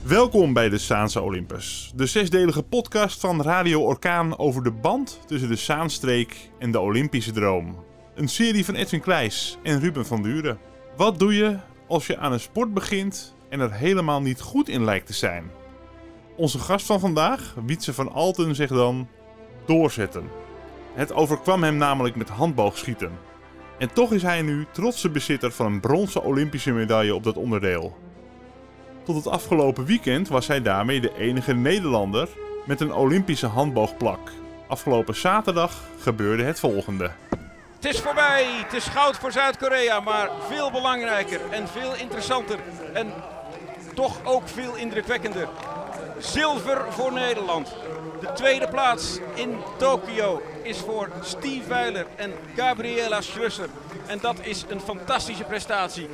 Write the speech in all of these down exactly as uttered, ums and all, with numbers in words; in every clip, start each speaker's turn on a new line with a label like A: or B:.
A: Welkom bij de Saanse Olympus, de zesdelige podcast van Radio Orkaan over de band tussen de Zaanstreek en de Olympische droom. Een serie van Edwin Kleijs en Ruben van Duren. Wat doe je als je aan een sport begint en er helemaal niet goed in lijkt te zijn? Onze gast van vandaag, Wietse van Alten, zegt dan doorzetten. Het overkwam hem namelijk met handboogschieten. En toch is hij nu trotse bezitter van een bronzen Olympische medaille op dat onderdeel. Tot het afgelopen weekend was hij daarmee de enige Nederlander met een Olympische handboogplak. Afgelopen zaterdag gebeurde het volgende.
B: Het is voorbij, het is goud voor Zuid-Korea, maar veel belangrijker en veel interessanter en toch ook veel indrukwekkender. Zilver voor Nederland. De tweede plaats in Tokio is voor Steve Weiler en Gabriela Schlusser. En dat is een fantastische prestatie.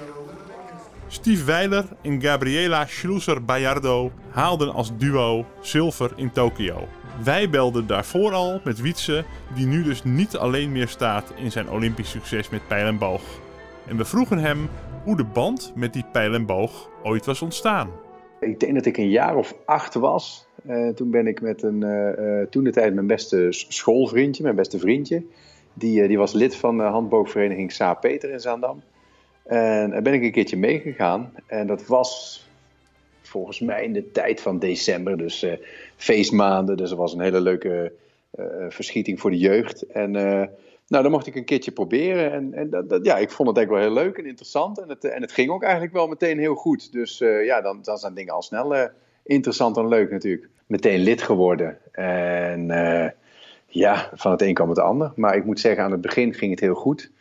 A: Steve Weiler en Gabriela Schlusser-Bayardo haalden als duo zilver in Tokio. Wij belden daarvoor al met Wietse, die nu dus niet alleen meer staat in zijn Olympisch succes met pijl en boog. En we vroegen hem hoe de band met die pijl en boog ooit was ontstaan.
C: Ik denk dat ik een jaar of acht was. Uh, toen ben ik met een, uh, uh, toen de tijd mijn beste schoolvriendje, mijn beste vriendje. Die, uh, die was lid van de handboogvereniging Saar Peter in Zaandam. En daar ben ik een keertje meegegaan. En dat was volgens mij in de tijd van december, dus uh, feestmaanden. Dus dat was een hele leuke uh, verschieting voor de jeugd. En uh, nou, dan mocht ik een keertje proberen. En, en dat, dat, ja, ik vond het eigenlijk wel heel leuk en interessant. En het, en het ging ook eigenlijk wel meteen heel goed. Dus uh, ja, dan, dan zijn dingen al snel uh, interessant en leuk natuurlijk. Meteen lid geworden. En uh, ja, van het een kwam het ander. Maar ik moet zeggen, aan het begin ging het heel goed.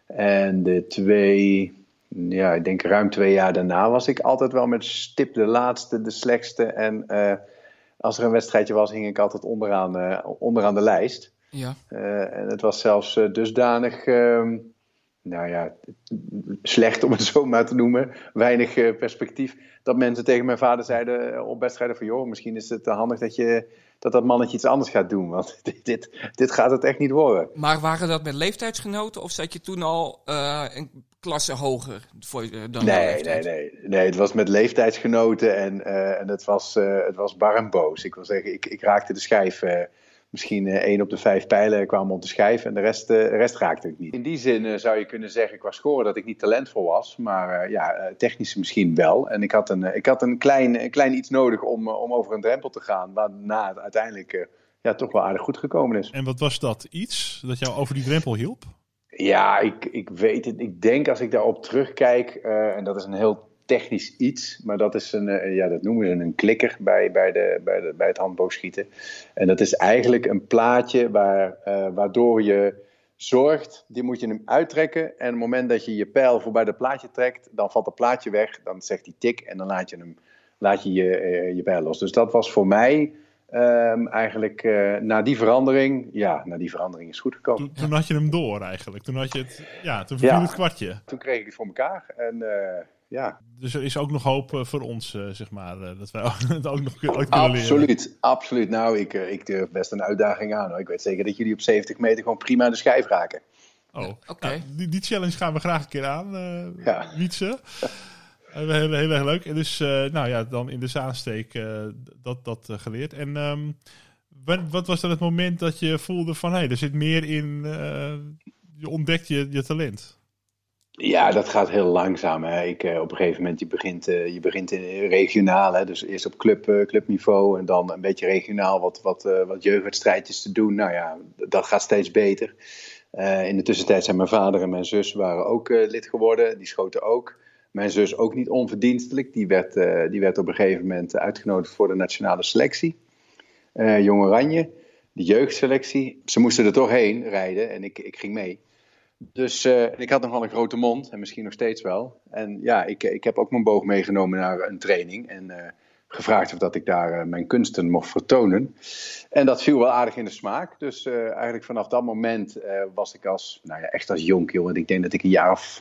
C: En de twee... Ja, ik denk ruim twee jaar daarna was ik altijd wel met stip de laatste, de slechtste. En uh, als er een wedstrijdje was, hing ik altijd onderaan, uh, onderaan de lijst.
D: Ja.
C: Uh, en het was zelfs uh, dusdanig, uh, nou ja, slecht om het zo maar te noemen. Weinig uh, perspectief. Dat mensen tegen mijn vader zeiden uh, op wedstrijden van... joh, misschien is het uh, handig dat, je, dat dat mannetje iets anders gaat doen. Want dit, dit, dit gaat het echt niet worden.
D: Maar waren dat met leeftijdsgenoten of zat je toen al uh, een klasse hoger voor, uh, dan
C: nee,
D: jouw leeftijd?
C: Nee, nee, nee. Het was met leeftijdsgenoten en, uh, en het, was, uh, het was bar en boos. Ik wil zeggen, ik, ik raakte de schijf... Uh, Misschien uh, één op de vijf pijlen kwamen op de schijf en de rest, uh, de rest raakte ik niet. In die zin uh, zou je kunnen zeggen qua scoren dat ik niet talentvol was. Maar uh, ja, uh, technisch misschien wel. En ik had een, uh, ik had een, klein, een klein iets nodig om, uh, om over een drempel te gaan. Waarna het uiteindelijk uh, ja, toch wel aardig goed gekomen is.
A: En wat was dat iets dat jou over die drempel hielp?
C: Ja, ik, ik weet het. Ik denk als ik daarop terugkijk, uh, en dat is een heel technisch iets, maar dat is een, uh, ja, dat noemen ze een klikker bij, bij, de, bij, de, bij het handboogschieten. En dat is eigenlijk een plaatje waar, uh, waardoor je zorgt, die moet je hem uittrekken. En op het moment dat je je pijl voorbij dat plaatje trekt, dan valt het plaatje weg, dan zegt hij tik en dan laat je, hem, laat je je, uh, je pijl los. Dus dat was voor mij um, eigenlijk uh, na die verandering, ja, na die verandering is goed gekomen.
A: Toen, toen had je hem door eigenlijk, toen had je het, ja, toen viel
C: Ja.
A: het kwartje.
C: Toen kreeg ik het voor elkaar en uh, ja.
A: Dus er is ook nog hoop voor ons, uh, zeg maar, uh, dat wij het ook nog ooit kunnen leren.
C: Absoluut, absoluut. Nou, ik, ik durf best een uitdaging aan. Hoor. Ik weet zeker dat jullie op zeventig meter gewoon prima de schijf raken.
A: Oh,
D: Ja, okay.
A: nou, die, die challenge gaan we graag een keer aan, uh,
C: ja.
A: Wietse. Uh, heel, heel erg leuk. En dus, uh, nou ja, dan in de Zaansteek uh, dat, dat uh, geleerd. En um, wat, wat was dan het moment dat je voelde van, hé, hey, er zit meer in, uh, je ontdekt je, je talent?
C: Ja, dat gaat heel langzaam. Hè. Ik, uh, op een gegeven moment, je begint, uh, je begint in regionaal. Hè. Dus eerst op club, uh, clubniveau en dan een beetje regionaal wat, wat, uh, wat jeugdwedstrijdjes te doen. Nou ja, dat gaat steeds beter. Uh, in de tussentijd zijn mijn vader en mijn zus waren ook uh, lid geworden. Die schoten ook. Mijn zus ook niet onverdienstelijk. Die werd, uh, die werd op een gegeven moment uitgenodigd voor de nationale selectie. Uh, Jong Oranje, de jeugdselectie. Ze moesten er toch heen rijden en ik, ik ging mee. Dus uh, ik had nog wel een grote mond en misschien nog steeds wel. En ja, ik, ik heb ook mijn boog meegenomen naar een training. En uh, gevraagd of dat ik daar uh, mijn kunsten mocht vertonen. En dat viel wel aardig in de smaak. Dus uh, eigenlijk vanaf dat moment uh, was ik als, nou ja, echt als jonkie. Want ik denk dat ik een jaar of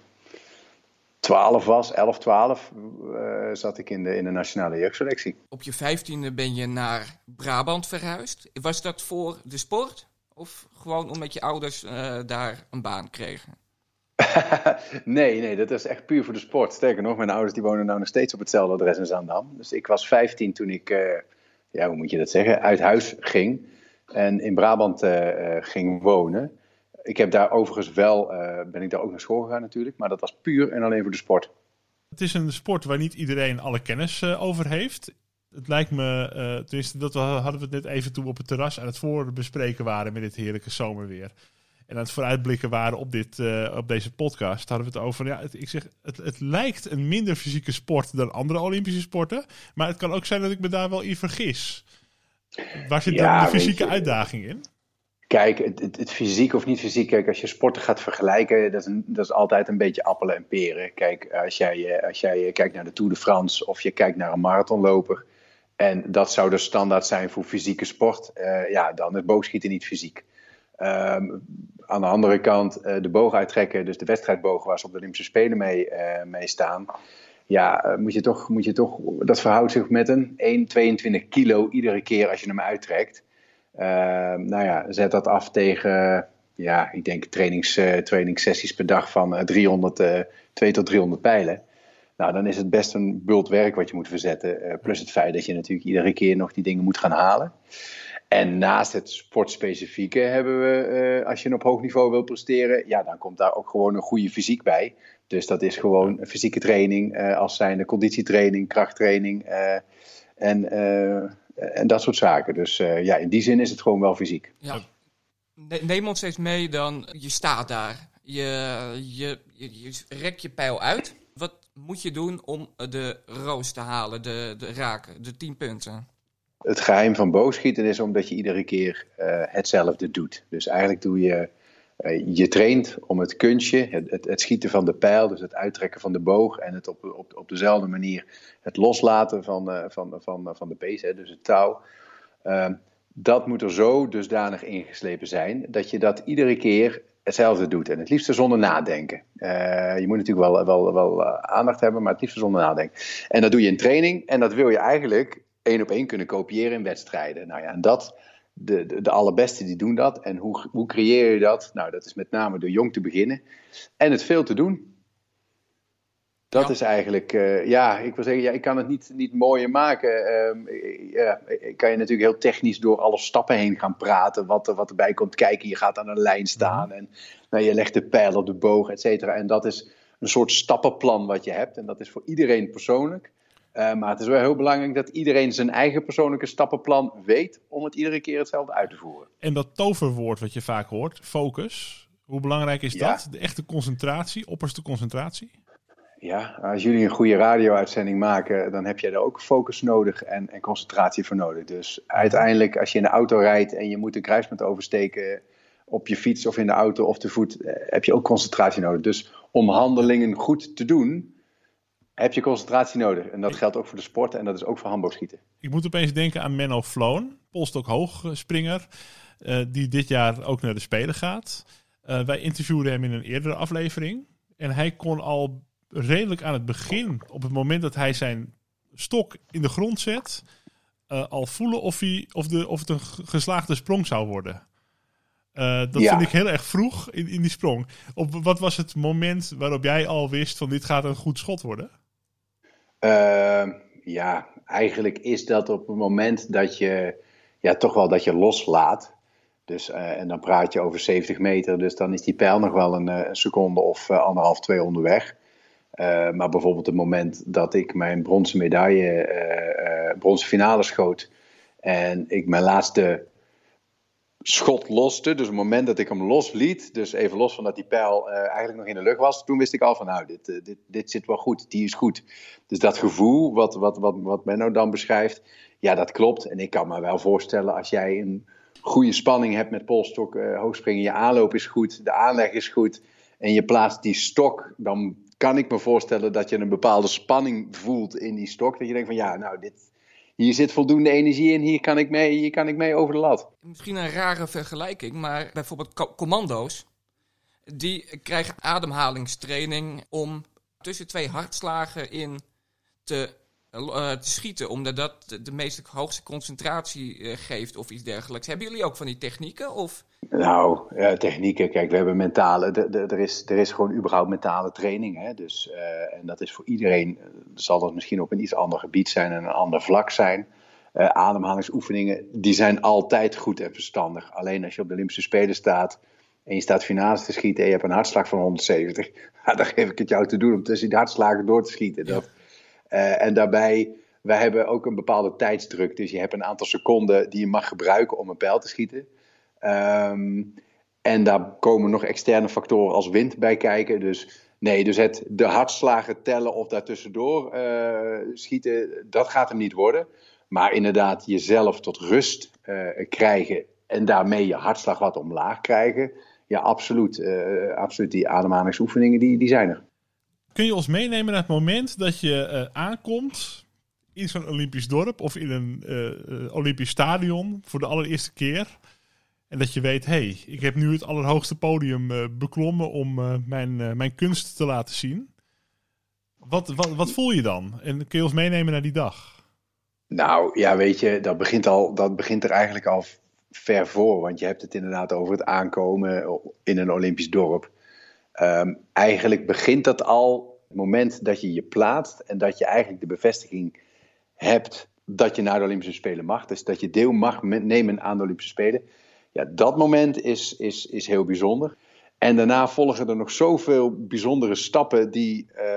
C: twaalf was, elf, twaalf, uh, zat ik in de, in de nationale jeugdselectie.
D: Op je vijftiende ben je naar Brabant verhuisd. Was dat voor de sport? Of gewoon omdat je ouders uh, daar een baan kregen?
C: nee, nee, dat is echt puur voor de sport. Sterker nog, mijn ouders die wonen nou nog steeds op hetzelfde adres in Zaandam. Dus ik was vijftien toen ik, uh, ja, hoe moet je dat zeggen, uit huis ging. En in Brabant uh, uh, ging wonen. Ik heb daar overigens wel, uh, ben ik daar ook naar school gegaan natuurlijk. Maar dat was puur en alleen voor de sport.
A: Het is een sport waar niet iedereen alle kennis uh, over heeft. Het lijkt me, uh, tenminste, dat we, hadden we het net even toen we op het terras aan het voorbespreken waren met dit heerlijke zomerweer. En aan het vooruitblikken waren op, dit, uh, op deze podcast, hadden we het over, ja, het, ik zeg, het, het lijkt een minder fysieke sport dan andere Olympische sporten. Maar het kan ook zijn dat ik me daar wel in vergis. Waar zit ja, dan de fysieke uitdaging in?
C: Kijk, het, het, het fysiek of niet fysiek, kijk, als je sporten gaat vergelijken, dat is, een, dat is altijd een beetje appelen en peren. Kijk, als jij, als jij kijkt naar de Tour de France of je kijkt naar een marathonloper, en dat zou de standaard zijn voor fysieke sport, uh, ja, dan is boogschieten niet fysiek. Um, aan de andere kant, uh, de boog uittrekken, dus de wedstrijdboog waar ze op de Olympische Spelen mee, uh, mee staan. Ja, uh, moet je toch, moet je toch, dat verhoudt zich met een één komma tweeëntwintig kilo iedere keer als je hem uittrekt. Uh, nou ja, zet dat af tegen, ja, ik denk trainings, uh, trainingssessies per dag van uh, driehonderd, uh, twee tot driehonderd pijlen. Nou, dan is het best een bult werk wat je moet verzetten. Uh, plus het feit dat je natuurlijk iedere keer nog die dingen moet gaan halen. En naast het sportspecifieke hebben we, uh, als je op hoog niveau wil presteren, ja, dan komt daar ook gewoon een goede fysiek bij. Dus dat is gewoon een fysieke training, uh, als zijnde conditietraining, krachttraining uh, en, uh, en dat soort zaken. Dus uh, ja, in die zin is het gewoon wel fysiek.
D: Ja. Neem ons eens mee dan, je staat daar, je, je, je, je rek je pijl uit. Wat moet je doen om de roos te halen, de, de raken, de tien punten?
C: Het geheim van boogschieten is omdat je iedere keer uh, hetzelfde doet. Dus eigenlijk doe je, uh, je traint om het kunstje, het, het, het schieten van de pijl, dus het uittrekken van de boog en het op, op, op dezelfde manier het loslaten van, uh, van, van, van de pees, hè, dus het touw. Uh, dat moet er zo dusdanig ingeslepen zijn dat je dat iedere keer hetzelfde doet. En het liefst zonder nadenken. Uh, je moet natuurlijk wel, wel, wel uh, aandacht hebben, maar het liefst zonder nadenken. En dat doe je in training en dat wil je eigenlijk één op één kunnen kopiëren in wedstrijden. Nou ja, en dat, de, de, de allerbeste die doen dat. En hoe, hoe creëer je dat? Nou, dat is met name door jong te beginnen en het veel te doen. Dat ja. is eigenlijk, uh, ja, ik wil zeggen, ja, ik kan het niet, niet mooier maken. Uh, ja, ik kan je natuurlijk heel technisch door alle stappen heen gaan praten, wat, wat erbij komt kijken. Je gaat aan een lijn staan en nou, je legt de pijl op de boog, et cetera. En dat is een soort stappenplan wat je hebt. En dat is voor iedereen persoonlijk. Uh, maar het is wel heel belangrijk dat iedereen zijn eigen persoonlijke stappenplan weet om het iedere keer hetzelfde uit te voeren.
A: En dat toverwoord wat je vaak hoort, focus, hoe belangrijk is
C: ja.
A: dat? De echte concentratie, opperste concentratie?
C: Ja, als jullie een goede radio-uitzending maken, dan heb jij daar ook focus nodig en, en concentratie voor nodig. Dus uiteindelijk, als je in de auto rijdt en je moet een kruispunt oversteken op je fiets of in de auto of te voet, heb je ook concentratie nodig. Dus om handelingen goed te doen, heb je concentratie nodig. En dat geldt ook voor de sport en dat is ook voor handboogschieten.
A: Ik moet opeens denken aan Menno Floon, polstok-hoogspringer, uh, die dit jaar ook naar de Spelen gaat. Uh, wij interviewden hem in een eerdere aflevering. En hij kon al redelijk aan het begin, op het moment dat hij zijn stok in de grond zet, uh, al voelen of, hij, of, de, of het een geslaagde sprong zou worden. Uh, dat ja. vind ik heel erg vroeg in, in die sprong. Op, wat was het moment waarop jij al wist van dit gaat een goed schot worden?
C: Uh, ja, eigenlijk is dat op het moment dat je, ja, toch wel dat je loslaat. Dus, uh, en dan praat je over zeventig meter, dus dan is die pijl nog wel een, een seconde of uh, anderhalf, twee onderweg. Uh, maar bijvoorbeeld het moment dat ik mijn bronzen medaille, uh, uh, bronzen finale schoot en ik mijn laatste schot loste, dus het moment dat ik hem losliet, dus even los van dat die pijl uh, eigenlijk nog in de lucht was, toen wist ik al van nou, dit, uh, dit, dit zit wel goed, die is goed. Dus dat gevoel wat, wat, wat, wat Menno dan beschrijft, ja, dat klopt. En ik kan me wel voorstellen, als jij een goede spanning hebt met polstok, uh, hoogspringen, je aanloop is goed, de aanleg is goed en je plaatst die stok, dan kan ik me voorstellen dat je een bepaalde spanning voelt in die stok, dat je denkt van ja, nou, dit, hier zit voldoende energie in, hier kan ik mee, hier kan ik mee over de lat.
D: Misschien een rare vergelijking, maar bijvoorbeeld co- commando's, die krijgen ademhalingstraining om tussen twee hartslagen in te uh, te schieten, omdat dat de, de meest hoogste concentratie uh, geeft of iets dergelijks. Hebben jullie ook van die technieken? Of?
C: Nou, uh, technieken. Kijk, we hebben mentale. De, de, er, is, er is gewoon überhaupt mentale training. Hè? Dus, uh, en dat is voor iedereen. Uh, zal dat misschien op een iets ander gebied zijn en een ander vlak zijn. Uh, ademhalingsoefeningen, die zijn altijd goed en verstandig. Alleen als je op de Olympische Spelen staat en je staat finales te schieten en je hebt een hartslag van honderdzeventig, ja, dan geef ik het jou te doen om tussen die hartslagen door te schieten. Dat, uh, en daarbij, wij hebben ook een bepaalde tijdsdruk. Dus je hebt een aantal seconden die je mag gebruiken om een pijl te schieten. Um, en daar komen nog externe factoren als wind bij kijken. Dus nee, dus het, de hartslagen tellen of daartussendoor uh, schieten, dat gaat hem niet worden. Maar inderdaad jezelf tot rust uh, krijgen en daarmee je hartslag wat omlaag krijgen. Ja, absoluut. Uh, absoluut. Die ademhalingsoefeningen, die, die zijn er.
A: Kun je ons meenemen naar het moment dat je uh, aankomt in zo'n Olympisch dorp of in een uh, Olympisch stadion voor de allereerste keer? En dat je weet, hé, hey, ik heb nu het allerhoogste podium uh, beklommen om uh, mijn, uh, mijn kunst te laten zien. Wat, wat, wat voel je dan? En kun je ons meenemen naar die dag?
C: Nou, ja, weet je, dat begint, al, dat begint er eigenlijk al ver voor. Want je hebt het inderdaad over het aankomen in een Olympisch dorp. Um, eigenlijk begint dat al het moment dat je je plaatst en dat je eigenlijk de bevestiging hebt dat je naar de Olympische Spelen mag. Dus dat je deel mag nemen aan de Olympische Spelen. Ja, dat moment is, is, is heel bijzonder. En daarna volgen er nog zoveel bijzondere stappen die... Uh,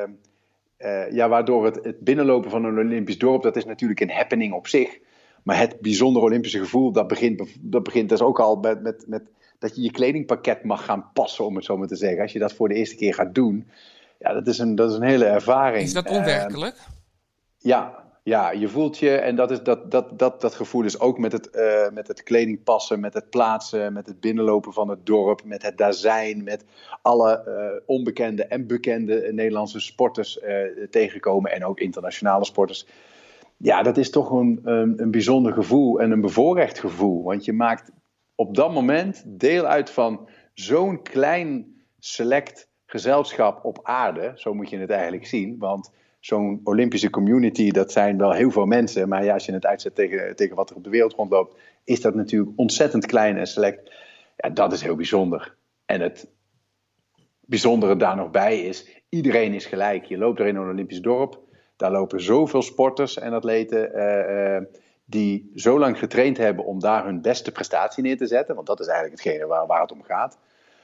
C: Uh, ja, waardoor het, het binnenlopen van een Olympisch dorp, dat is natuurlijk een happening op zich. Maar het bijzondere Olympische gevoel, dat begint, dat begint dus ook al met, met, met dat je je kledingpakket mag gaan passen, om het zo maar te zeggen. Als je dat voor de eerste keer gaat doen, ja, dat is een, dat is een hele ervaring.
D: Is dat onwerkelijk? Uh,
C: ja, ja, je voelt je, en dat, is, dat, dat, dat, dat gevoel is ook met het, uh, met het kledingpassen, met het plaatsen, met het binnenlopen van het dorp, met het daar zijn, met alle uh, onbekende en bekende Nederlandse sporters uh, tegenkomen en ook internationale sporters. Ja, dat is toch een, een, een bijzonder gevoel en een bevoorrecht gevoel. Want je maakt op dat moment deel uit van zo'n klein select gezelschap op aarde. Zo moet je het eigenlijk zien, want zo'n Olympische community, dat zijn wel heel veel mensen. Maar ja, als je het uitzet tegen, tegen wat er op de wereld rondloopt, is dat natuurlijk ontzettend klein en select. Ja, dat is heel bijzonder. En het bijzondere daar nog bij is, iedereen is gelijk. Je loopt er in een Olympisch dorp, daar lopen zoveel sporters en atleten uh, uh, die zo lang getraind hebben om daar hun beste prestatie neer te zetten. Want dat is eigenlijk hetgene waar, waar het om gaat.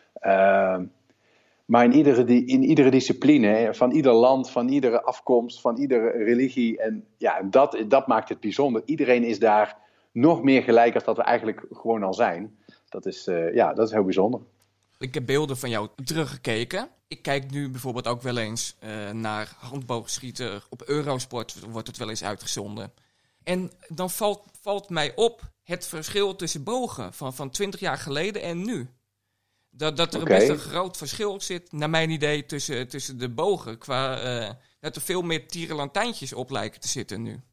C: Uh, Maar in iedere, in iedere discipline, van ieder land, van iedere afkomst, van iedere religie. En ja, dat, dat maakt het bijzonder. Iedereen is daar nog meer gelijk als dat we eigenlijk gewoon al zijn. Dat is, uh, ja, dat is heel bijzonder.
D: Ik heb beelden van jou teruggekeken. Ik kijk nu bijvoorbeeld ook wel eens uh, naar handboogschieten. Op Eurosport wordt het wel eens uitgezonden. En dan valt, valt mij op het verschil tussen bogen van, van twintig jaar geleden en nu. Dat, dat er okay. best een groot verschil zit, naar mijn idee, tussen, tussen de bogen. Qua, uh, dat er veel meer tierenlantijntjes op lijken te zitten nu.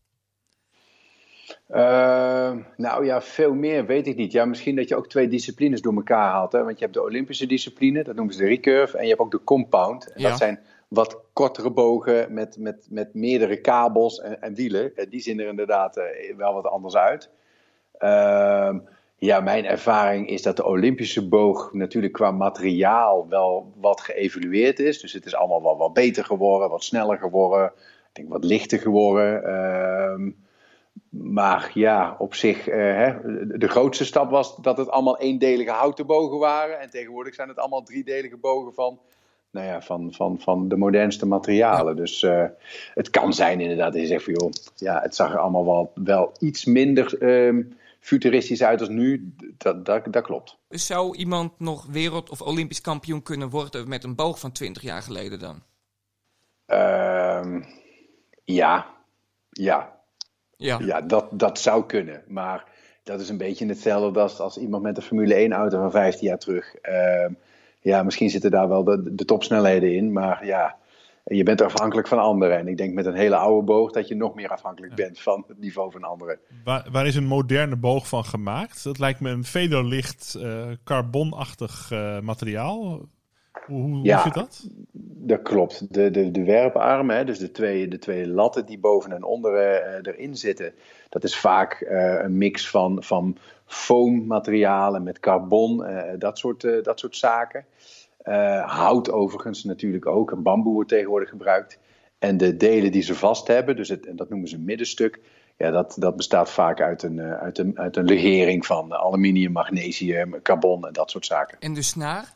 C: Uh, nou ja, veel meer weet ik niet. Ja, misschien dat je ook twee disciplines door elkaar haalt. Hè? Want je hebt de Olympische discipline, dat noemen ze de recurve. En je hebt ook de compound. En ja. Dat zijn wat kortere bogen met, met, met meerdere kabels en, en wielen. En die zien er inderdaad uh, wel wat anders uit. Uh, Ja, mijn ervaring is dat de Olympische boog natuurlijk qua materiaal wel wat geëvolueerd is. Dus het is allemaal wel wat beter geworden, wat sneller geworden. Ik denk wat lichter geworden. Uh, maar ja, op zich, uh, hè, de grootste stap was dat het allemaal eendelige houten bogen waren. En tegenwoordig zijn het allemaal driedelige bogen van, nou ja, van, van, van de modernste materialen. Ja. Dus uh, het kan zijn inderdaad dat je zegt van joh, ja, het zag er allemaal wel, wel iets minder Uh, futuristisch uit als nu, dat, dat, dat klopt.
D: Zou iemand nog wereld- of olympisch kampioen kunnen worden met een boog van twintig jaar geleden dan?
C: Uh, ja, ja.
D: Ja,
C: ja dat, dat zou kunnen. Maar dat is een beetje hetzelfde als, als iemand met een Formule één auto van vijftien jaar terug. Uh, ja, misschien zitten daar wel de, de topsnelheden in, maar ja, je bent afhankelijk van anderen. En ik denk met een hele oude boog dat je nog meer afhankelijk ja. bent van het niveau van anderen.
A: Waar, waar is een moderne boog van gemaakt? Dat lijkt me een vederlicht uh, carbonachtig uh, materiaal. Hoe, hoe
C: Ja,
A: zit dat?
C: Dat klopt. De, de, de werparm, hè, dus de twee, de twee latten die boven en onder uh, erin zitten, dat is vaak uh, een mix van, van foammaterialen met carbon, uh, dat, soort, uh, dat soort zaken. Uh, hout overigens natuurlijk ook, en bamboe wordt tegenwoordig gebruikt. En de delen die ze vast hebben, dus het, en dat noemen ze een middenstuk, ja, dat, dat bestaat vaak uit een, uh, uit, een, uit een legering van aluminium, magnesium, carbon en dat soort zaken.
D: En de snaar?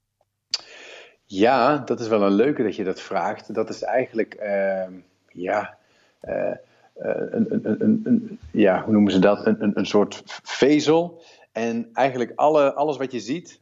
C: Ja, dat is wel een leuke dat je dat vraagt. Dat is eigenlijk, uh, ja, uh, uh, een, een, een, een, ja, hoe noemen ze dat? Een, een, een soort vezel. En eigenlijk alle, alles wat je ziet,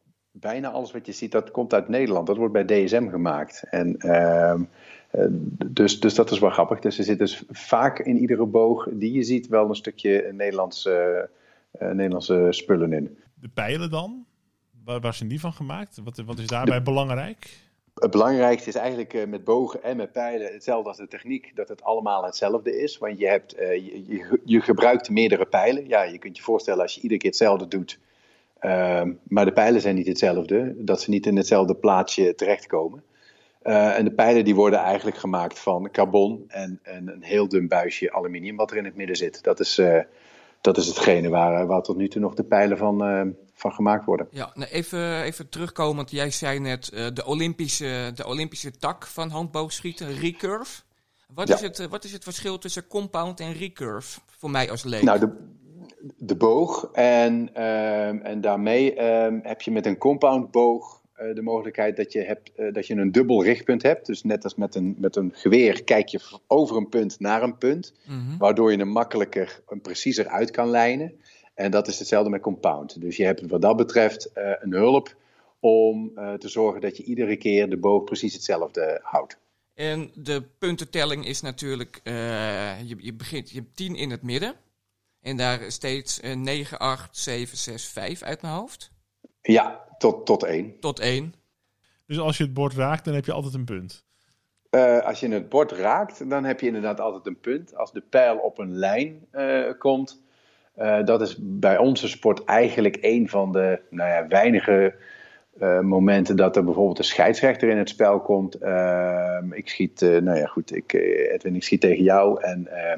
C: bijna alles wat je ziet, dat komt uit Nederland. Dat wordt bij D S M gemaakt. En uh, uh, dus, dus dat is wel grappig. Dus er zit dus vaak in iedere boog die je ziet wel een stukje Nederlandse, uh, Nederlandse spullen in.
A: De pijlen dan? Waar, waar zijn die van gemaakt? Wat, wat is daarbij de, belangrijk?
C: Het belangrijkste is eigenlijk uh, met bogen en met pijlen hetzelfde als de techniek. Dat het allemaal hetzelfde is. Want je, hebt, uh, je, je, je gebruikt meerdere pijlen. Ja, je kunt je voorstellen als je iedere keer hetzelfde doet. Uh, maar de pijlen zijn niet hetzelfde. Dat ze niet in hetzelfde plaatsje terechtkomen. Uh, en de pijlen die worden eigenlijk gemaakt van carbon en, en een heel dun buisje aluminium wat er in het midden zit. Dat is, uh, dat is hetgene waar, waar tot nu toe nog de pijlen van... Uh, van gemaakt worden.
D: Ja, nou even, even terugkomen, want jij zei net uh, de, Olympische, de Olympische tak van handboogschieten, recurve. Wat, ja. is het, uh, wat is het verschil tussen compound en recurve voor mij als leek?
C: Nou, de, de boog en, uh, en daarmee uh, heb je met een compound boog uh, de mogelijkheid dat je, hebt, uh, dat je een dubbel richtpunt hebt. Dus net als met een, met een geweer kijk je over een punt naar een punt, mm-hmm. waardoor je hem makkelijker en preciezer uit kan lijnen. En dat is hetzelfde met compound. Dus je hebt wat dat betreft uh, een hulp om uh, te zorgen dat je iedere keer de boog precies hetzelfde houdt.
D: En de puntentelling is natuurlijk, uh, je, je begint, je hebt tien in het midden. En daar steeds uh, negen, acht, zeven, zes, vijf uit mijn hoofd.
C: Ja, tot, tot één.
D: Tot één.
A: Dus als je het bord raakt, dan heb je altijd een punt?
C: Uh, als je het bord raakt, dan heb je inderdaad altijd een punt. Als de pijl op een lijn uh, komt... Uh, dat is bij onze sport eigenlijk een van de nou ja, weinige uh, momenten dat er bijvoorbeeld een scheidsrechter in het spel komt. Uh, ik schiet, uh, nou ja goed, ik, uh, Edwin, ik schiet tegen jou en uh,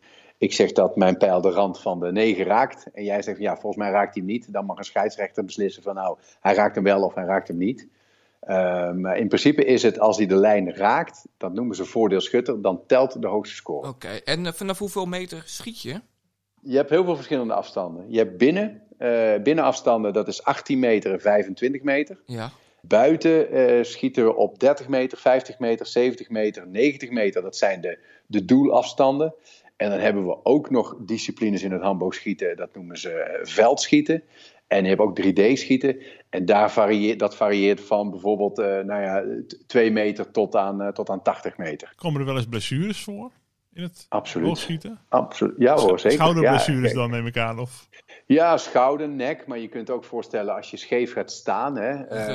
C: ik zeg dat mijn pijl de rand van de negen raakt. En jij zegt, ja, volgens mij raakt hij hem niet. Dan mag een scheidsrechter beslissen van, nou, hij raakt hem wel of hij raakt hem niet. Uh, maar in principe is het, als hij de lijn raakt, dat noemen ze voordeel schutter, dan telt de hoogste score.
D: Oké, okay. En uh, vanaf hoeveel meter schiet je?
C: Je hebt heel veel verschillende afstanden. Je hebt binnen, uh, binnenafstanden, dat is achttien meter en vijfentwintig meter.
D: Ja.
C: Buiten uh, schieten we op dertig meter, vijftig meter, zeventig meter, negentig meter. Dat zijn de, de doelafstanden. En dan hebben we ook nog disciplines in het handboogschieten. Dat noemen ze uh, veldschieten. En je hebt ook drie D schieten. En daar varieert, dat varieert van bijvoorbeeld uh, nou ja, twee meter tot aan, uh, tot aan tachtig meter.
A: Komen er wel eens blessures voor? In het
C: Absoluut.
A: boogschieten?
C: Absoluut. Ja hoor, zeker.
A: Schouderblessures
C: ja,
A: dan neem ik aan? Of?
C: Ja, schouder, nek. Maar je kunt ook voorstellen als je scheef gaat staan. Hè, uh,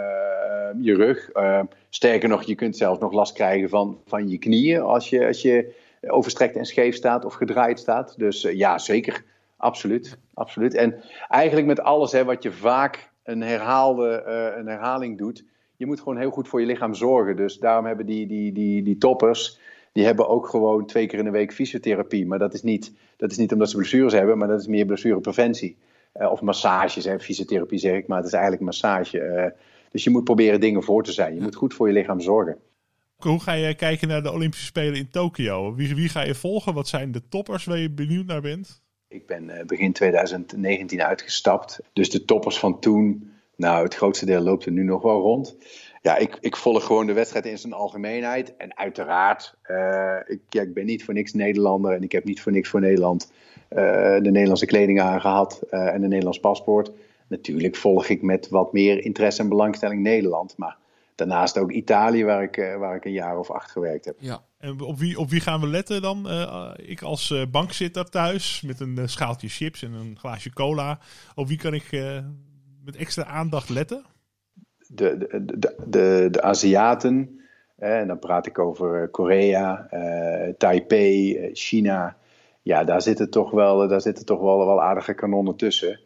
C: uh, je rug. Uh, sterker nog, je kunt zelfs nog last krijgen van, van je knieën. Als je, als je overstrekt en scheef staat of gedraaid staat. Dus uh, ja, zeker. Absoluut. Absoluut. En eigenlijk met alles hè, wat je vaak een, herhaalde, uh, een herhaling doet. Je moet gewoon heel goed voor je lichaam zorgen. Dus daarom hebben die, die, die, die toppers... Die hebben ook gewoon twee keer in de week fysiotherapie. Maar dat is niet, dat is niet omdat ze blessures hebben, maar dat is meer blessurepreventie. Uh, of massages, hè. Fysiotherapie zeg ik, maar het is eigenlijk massage. Uh, dus je moet proberen dingen voor te zijn. Je moet goed voor je lichaam zorgen.
A: Hoe ga je kijken naar de Olympische Spelen in Tokio? Wie, wie ga je volgen? Wat zijn de toppers waar je benieuwd naar bent?
C: Ik ben uh, begin twintig negentien uitgestapt. Dus de toppers van toen, nou het grootste deel loopt er nu nog wel rond. Ja, ik, ik volg gewoon de wedstrijd in zijn algemeenheid. En uiteraard, uh, ik, ja, ik ben niet voor niks Nederlander. En ik heb niet voor niks voor Nederland uh, de Nederlandse kleding aangehad. Uh, en een Nederlands paspoort. Natuurlijk volg ik met wat meer interesse en belangstelling Nederland. Maar daarnaast ook Italië, waar ik, uh, waar ik een jaar of acht gewerkt heb.
D: Ja.
A: En op wie, op wie gaan we letten dan? Uh, ik als uh, bankzitter thuis met een uh, schaaltje chips en een glaasje cola. Op wie kan ik uh, met extra aandacht letten?
C: De, de, de, de, de Aziaten, eh, en dan praat ik over Korea, uh, Taipei, uh, China. Ja, daar zitten toch wel, daar zitten toch wel, wel aardige kanonnen tussen.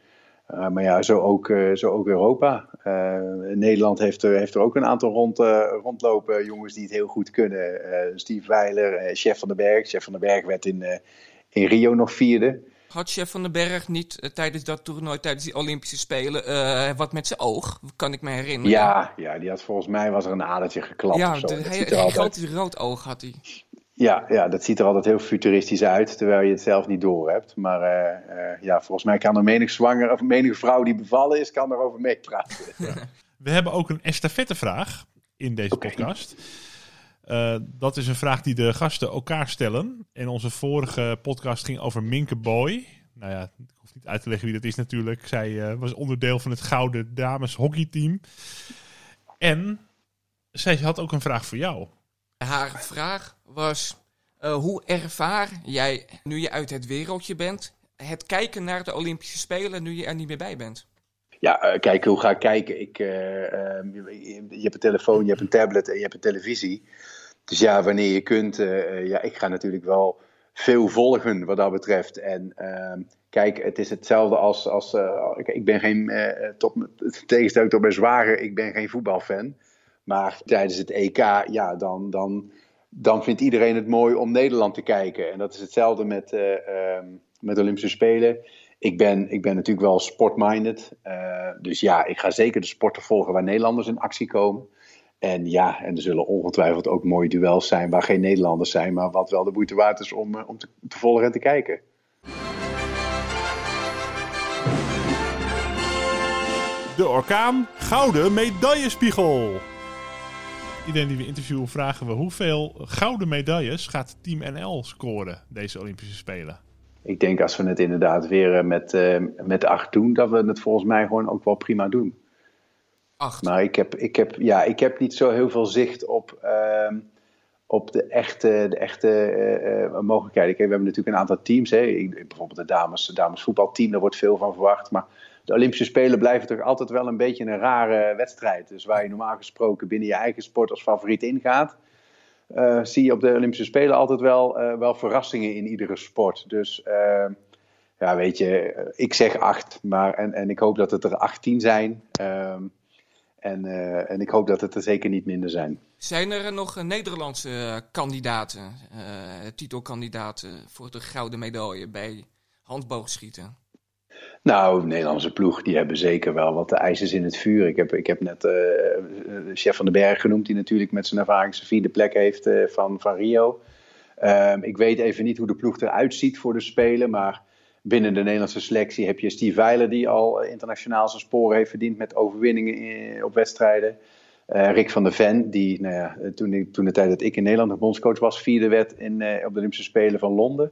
C: Uh, maar ja, zo ook, uh, zo ook Europa. Uh, Nederland heeft er, heeft er ook een aantal rond, uh, rondlopen jongens die het heel goed kunnen. Uh, Steve Weiler, uh, Chef van den Berg. Chef van den Berg werd in, uh, in Rio nog vierde.
D: Had Chef van den Berg niet uh, tijdens dat toernooi, tijdens die Olympische Spelen, uh, wat met zijn oog? Kan ik me herinneren.
C: Ja, ja, die had volgens mij was er een adertje geklapt
D: ja,
C: of zo.
D: Ja, hij had een gigantisch rood oog had hij.
C: Ja, ja, dat ziet er altijd heel futuristisch uit, terwijl je het zelf niet door hebt. Maar uh, uh, ja, volgens mij kan er menig zwanger of menig vrouw die bevallen is, kan erover meepraten. Ja.
A: We hebben ook een estafettevraag in deze okay. podcast. Uh, dat is een vraag die de gasten elkaar stellen. En onze vorige podcast ging over Minke Boy. Nou ja, ik hoef niet uit te leggen wie dat is natuurlijk. Zij uh, was onderdeel van het Gouden Dames hockeyteam. En zij had ook een vraag voor jou.
D: Haar vraag was, uh, hoe ervaar jij, nu je uit het wereldje bent, het kijken naar de Olympische Spelen nu je er niet meer bij bent?
C: Ja, uh, kijk, hoe ga ik kijken? Ik, uh, uh, je, je hebt een telefoon, je hebt een tablet en je hebt een televisie. Dus ja, wanneer je kunt, uh, ja, ik ga natuurlijk wel veel volgen wat dat betreft. En uh, kijk, het is hetzelfde als, als uh, ik ben geen, uh, tot, tegenstelling tot mijn zwager, ik ben geen voetbalfan. Maar tijdens het E K, ja, dan, dan, dan vindt iedereen het mooi om Nederland te kijken. En dat is hetzelfde met, uh, uh, met de Olympische Spelen. Ik ben, ik ben natuurlijk wel sportminded. Uh, dus ja, ik ga zeker de sporten volgen waar Nederlanders in actie komen. En ja, en er zullen ongetwijfeld ook mooie duels zijn waar geen Nederlanders zijn. Maar wat wel de moeite waard is om, uh, om te, te volgen en te kijken.
A: De Orkaan Gouden Medaillespiegel. Iedereen die we interviewen vragen we hoeveel gouden medailles gaat Team N L scoren deze Olympische Spelen?
C: Ik denk als we het inderdaad weer met, uh, met acht doen, dat we het volgens mij gewoon ook wel prima doen.
D: Acht?
C: Maar ik heb, ik heb, ja, ik heb niet zo heel veel zicht op, uh, op de echte, de echte uh, uh, mogelijkheden. Kijk, we hebben natuurlijk een aantal teams. Hè. Ik, bijvoorbeeld het dames, damesvoetbalteam, daar wordt veel van verwacht. Maar de Olympische Spelen blijven toch altijd wel een beetje een rare wedstrijd. Dus waar je normaal gesproken binnen je eigen sport als favoriet ingaat, Uh, zie je op de Olympische Spelen altijd wel, uh, wel verrassingen in iedere sport. Dus uh, ja, weet je, ik zeg acht, maar en, en ik hoop dat het er achttien zijn. Um, en, uh, en ik hoop dat het er zeker niet minder zijn.
D: Zijn er nog Nederlandse kandidaten, uh, titelkandidaten voor de gouden medaille bij handboogschieten?
C: Nou, de Nederlandse ploeg, die hebben zeker wel wat de ijzers in het vuur. Ik heb, ik heb net uh, de Chef van den Berg genoemd, die natuurlijk met zijn ervaring zijn vierde plek heeft uh, van, van Rio. Uh, ik weet even niet hoe de ploeg eruit ziet voor de Spelen, maar binnen de Nederlandse selectie heb je Steve Weiler, die al internationaal zijn sporen heeft verdiend met overwinningen in, op wedstrijden. Uh, Rick van der Ven, die nou ja, toen, ik, toen de tijd dat ik in Nederland de bondscoach was, vierde werd in, uh, op de Olympische Spelen van Londen.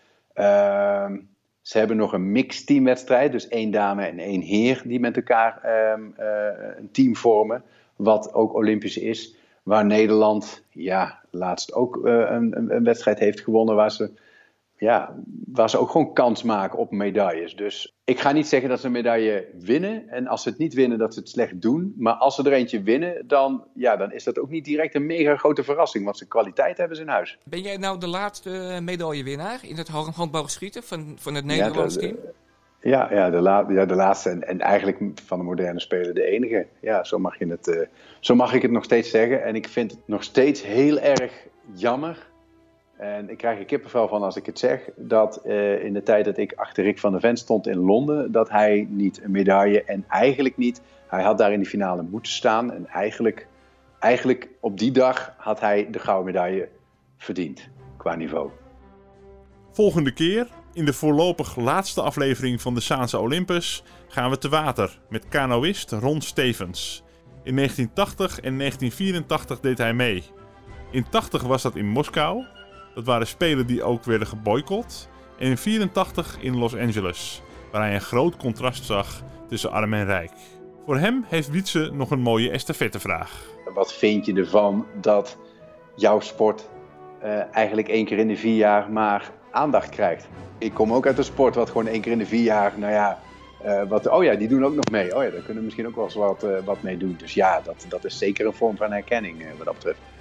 C: Uh, Ze hebben nog een mixed teamwedstrijd, dus één dame en één heer die met elkaar um, uh, een team vormen, wat ook Olympisch is. Waar Nederland ja, laatst ook uh, een, een wedstrijd heeft gewonnen waar ze, ja, waar ze ook gewoon kans maken op medailles. Dus ik ga niet zeggen dat ze een medaille winnen en als ze het niet winnen dat ze het slecht doen. Maar als ze er eentje winnen, dan, ja, dan is dat ook niet direct een mega grote verrassing, want ze kwaliteit hebben ze in huis.
D: Ben jij nou de laatste medaillewinnaar in het handboogschieten van, van het Nederlandse
C: ja,
D: team?
C: Ja, ja, de la, ja, de laatste en, en eigenlijk van de moderne Spelen de enige. Ja, zo mag, je het, uh, zo mag ik het nog steeds zeggen. En ik vind het nog steeds heel erg jammer. En ik krijg er kippenvel van als ik het zeg, dat uh, in de tijd dat ik achter Rick van der Ven stond in Londen, dat hij niet een medaille en eigenlijk niet, hij had daar in de finale moeten staan. En eigenlijk, eigenlijk op die dag had hij de gouden medaille verdiend, qua niveau.
A: Volgende keer, in de voorlopig laatste aflevering van de Saanse Olympus, gaan we te water met kanoïst Ron Stevens. In negentien tachtig en negentien vierentachtig deed hij mee. In tachtig was dat in Moskou. Dat waren spelen die ook werden geboycott. En in vierentachtig in Los Angeles, waar hij een groot contrast zag tussen arm en rijk. Voor hem heeft Wietse nog een mooie estafettevraag.
C: Wat vind je ervan dat jouw sport uh, eigenlijk één keer in de vier jaar maar aandacht krijgt? Ik kom ook uit een sport wat gewoon één keer in de vier jaar, nou ja, uh, wat, oh ja, die doen ook nog mee. Oh ja, daar kunnen we misschien ook wel eens wat, uh, wat mee doen. Dus ja, dat, dat is zeker een vorm van herkenning uh, wat dat betreft.